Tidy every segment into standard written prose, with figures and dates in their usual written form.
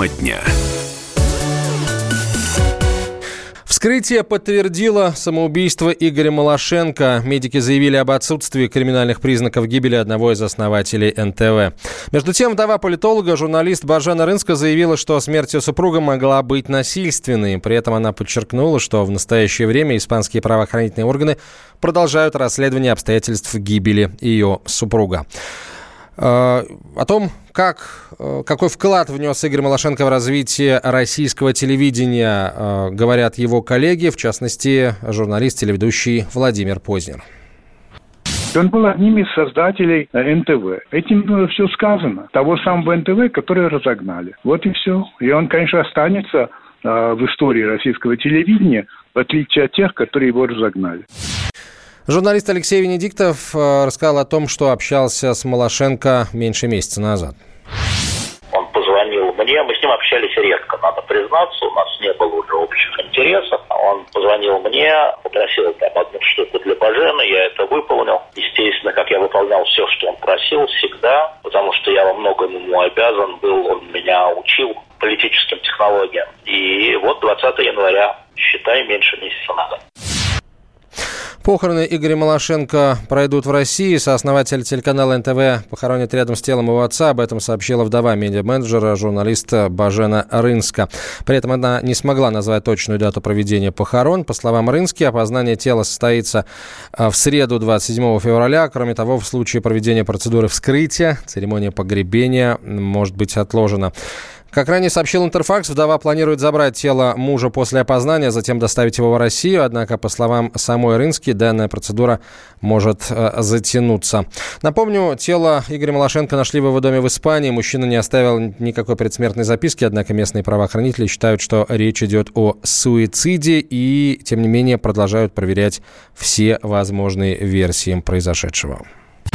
Тема дня. Вскрытие подтвердило самоубийство Игоря Малашенко. Медики заявили об отсутствии криминальных признаков гибели одного из основателей НТВ. Между тем, вдова политолога, журналист Божена Рынска заявила, что смерть ее супруга могла быть насильственной. При этом она подчеркнула, что в настоящее время испанские правоохранительные органы продолжают расследование обстоятельств гибели ее супруга. О том, какой вклад внес Игорь Малашенко в развитие российского телевидения, говорят его коллеги, в частности, журналист, телеведущий Владимир Познер. Он был одним из создателей НТВ. Этим все сказано. Того самого НТВ, который разогнали. Вот и все. И он, конечно, останется в истории российского телевидения, в отличие от тех, которые его разогнали. Журналист Алексей Венедиктов рассказал о том, что общался с Малашенко меньше месяца назад. Он позвонил мне, мы с ним общались редко, надо признаться, у нас не было уже общих интересов. Он позвонил мне, попросил там одну штуку для Божена, я это выполнил. Естественно, как я выполнял все, что он просил, всегда, потому что я во многом ему обязан был, он меня учил политическим технологиям. И вот 20 января, считай, меньше месяца назад. Похороны Игоря Малашенко пройдут в России. Сооснователь телеканала НТВ похоронит рядом с телом его отца. Об этом сообщила вдова медиа-менеджера, журналиста Божена Рынска. При этом она не смогла назвать точную дату проведения похорон. По словам Рынски, опознание тела состоится в среду, 27 февраля. Кроме того, в случае проведения процедуры вскрытия, церемония погребения может быть отложена. Как ранее сообщил Интерфакс, вдова планирует забрать тело мужа после опознания, затем доставить его в Россию. Однако, по словам самой Рынски, данная процедура может затянуться. Напомню, тело Игоря Малашенко нашли в его доме в Испании. Мужчина не оставил никакой предсмертной записки, однако местные правоохранители считают, что речь идет о суициде и, тем не менее, продолжают проверять все возможные версии произошедшего.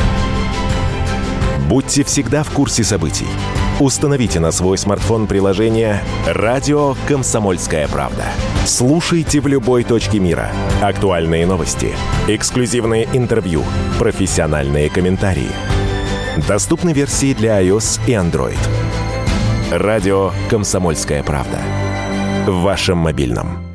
Будьте всегда в курсе событий. Установите на свой смартфон приложение «Радио Комсомольская правда». Слушайте в любой точке мира. Актуальные новости, эксклюзивные интервью, профессиональные комментарии. Доступны версии для iOS и Android. «Радио Комсомольская правда». В вашем мобильном.